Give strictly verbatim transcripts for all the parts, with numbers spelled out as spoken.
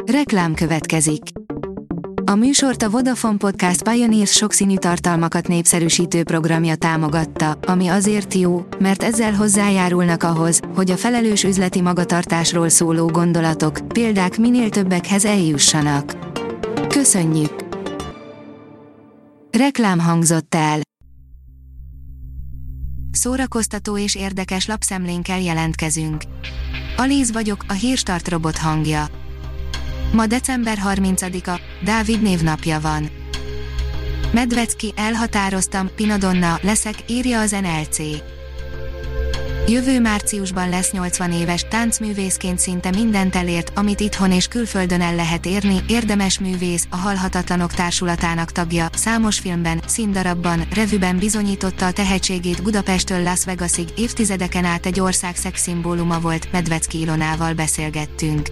Reklám következik. A műsort a Vodafone Podcast Pioneers sokszínű tartalmakat népszerűsítő programja támogatta, ami azért jó, mert ezzel hozzájárulnak ahhoz, hogy a felelős üzleti magatartásról szóló gondolatok, példák minél többekhez eljussanak. Köszönjük! Reklám hangzott el. Szórakoztató és érdekes lapszemlénkkel jelentkezünk. Alíz vagyok, a Hírstart robot hangja. Ma december harmincadika, Dávid névnapja van. Medvecki, elhatároztam, Pinadonna, leszek, írja az en el cé. Jövő márciusban lesz nyolcvan éves, táncművészként szinte mindent elért, amit itthon és külföldön el lehet érni, érdemes művész, a Halhatatlanok társulatának tagja, számos filmben, színdarabban, revűben bizonyította a tehetségét, Budapesttől Las Vegasig, évtizedeken át egy ország szexszimbóluma volt, Medvecki Ilonával beszélgettünk.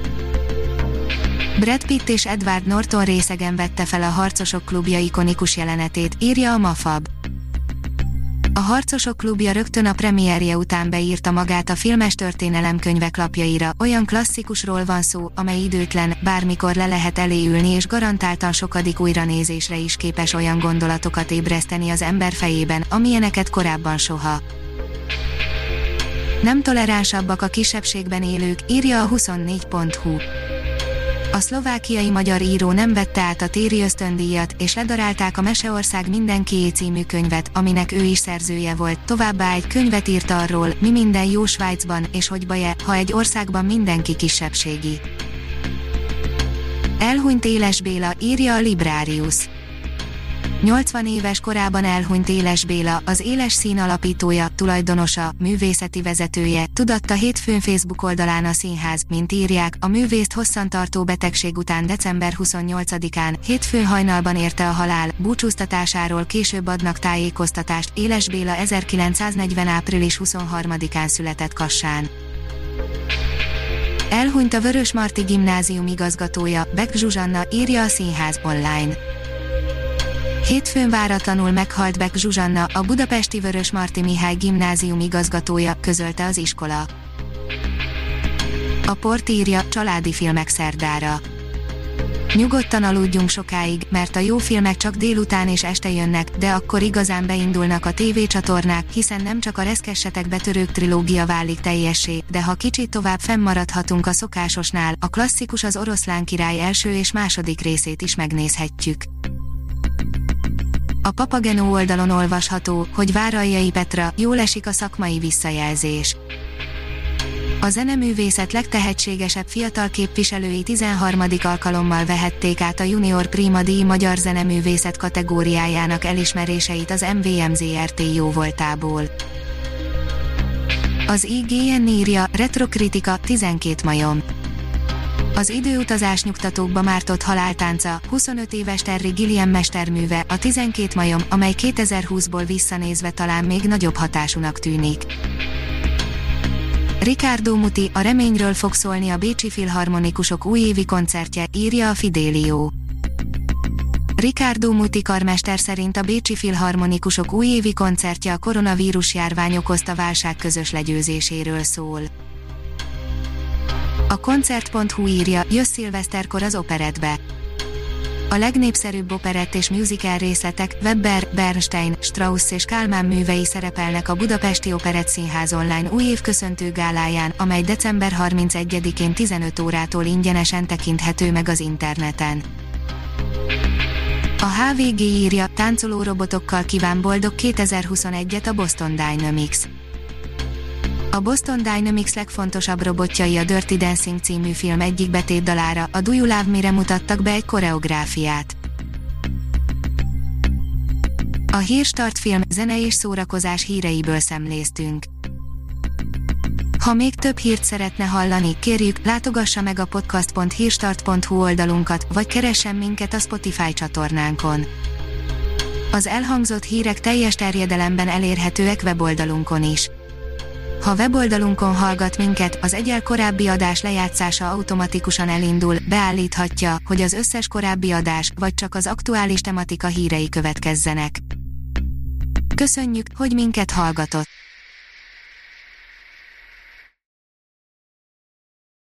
Brad Pitt és Edward Norton részegen vette fel a Harcosok klubja ikonikus jelenetét, írja a Mafab. A Harcosok klubja rögtön a premierje után beírta magát a filmes történelemkönyvek lapjaira, olyan klasszikusról van szó, amely időtlen, bármikor le lehet elé ülni és garantáltan sokadik újranézésre is képes olyan gondolatokat ébreszteni az ember fejében, amilyeneket korábban soha. Nem toleránsabbak a kisebbségben élők, írja a huszonnégy pont hu. A szlovákiai magyar író nem vette át a téri ösztöndíjat, és ledarálták a Meseország mindenkié című könyvet, aminek ő is szerzője volt, továbbá egy könyvet írt arról, mi minden jó Svájcban, és hogy baj-e, ha egy országban mindenki kisebbségi. Elhunyt Éles Béla, írja a Librarius. nyolcvan éves korában elhunyt Éles Béla, az Éles Szín alapítója, tulajdonosa, művészeti vezetője, tudatta hétfőn Facebook oldalán a színház, mint írják, a művészt hosszantartó betegség után december huszonnyolcadikán, hétfőn hajnalban érte a halál, búcsúztatásáról később adnak tájékoztatást. Éles Béla ezerkilencszáznegyven április huszonharmadikán született Kassán. Elhunyt a Vörösmarty Gimnázium igazgatója, Beck Zsuzsanna, írja a Színház online. Hétfőn váratlanul meghalt Beck Zsuzsanna, a budapesti Vörösmarty Mihály Gimnázium igazgatója, közölte az iskola. A Port írja, családi filmek szerdára. Nyugodtan aludjunk sokáig, mert a jó filmek csak délután és este jönnek, de akkor igazán beindulnak a tévécsatornák, hiszen nem csak a Reszkessetek betörők trilógia válik teljessé, de ha kicsit tovább fennmaradhatunk a szokásosnál, a klasszikus Az Oroszlán király első és második részét is megnézhetjük. A Papageno oldalon olvasható, hogy Váralljai Petra, jól esik a szakmai visszajelzés. A zeneművészet legtehetségesebb fiatal képviselői tizenharmadik alkalommal vehették át a Junior Prima díj magyar zeneművészet kategóriájának elismeréseit az em vé em zé er té jóvoltából. Az i gé en írja, retrokritika, tizenkét majom. Az időutazás nyugtatókba mártott haláltánca, huszonöt éves Terry Gilliam mesterműve, a tizenkét majom, amely kétezer-húszból visszanézve talán még nagyobb hatásúnak tűnik. Riccardo Muti, a reményről fog szólni a Bécsi Filharmonikusok újévi koncertje, írja a Fidelio. Riccardo Muti karmester szerint a Bécsi Filharmonikusok újévi koncertje a koronavírus járvány okozta válság közös legyőzéséről szól. A koncert pont hu írja, jössz szilveszterkor az operettbe. A legnépszerűbb operett és musical részletek, Webber, Bernstein, Strauss és Kálmán művei szerepelnek a Budapesti Operett Színház online újév köszöntő gáláján, amely december harmincegyedikén tizenöt órától ingyenesen tekinthető meg az interneten. A há vé gé írja, táncoló robotokkal kíván boldog kétezer-huszonegyet a Boston Dynamics. A Boston Dynamics legfontosabb robotjai a Dirty Dancing című film egyik betétdalára, a Do You Love Me-re mutattak be egy koreográfiát. A Hírstart film, zene és szórakozás híreiből szemléztünk. Ha még több hírt szeretne hallani, kérjük, látogassa meg a podcast pont hírstart pont hu oldalunkat, vagy keressen minket a Spotify csatornánkon. Az elhangzott hírek teljes terjedelemben elérhetőek weboldalunkon is. Ha weboldalunkon hallgat minket, az egyel korábbi adás lejátszása automatikusan elindul, beállíthatja, hogy az összes korábbi adás, vagy csak az aktuális tematika hírei következzenek. Köszönjük, hogy minket hallgatott!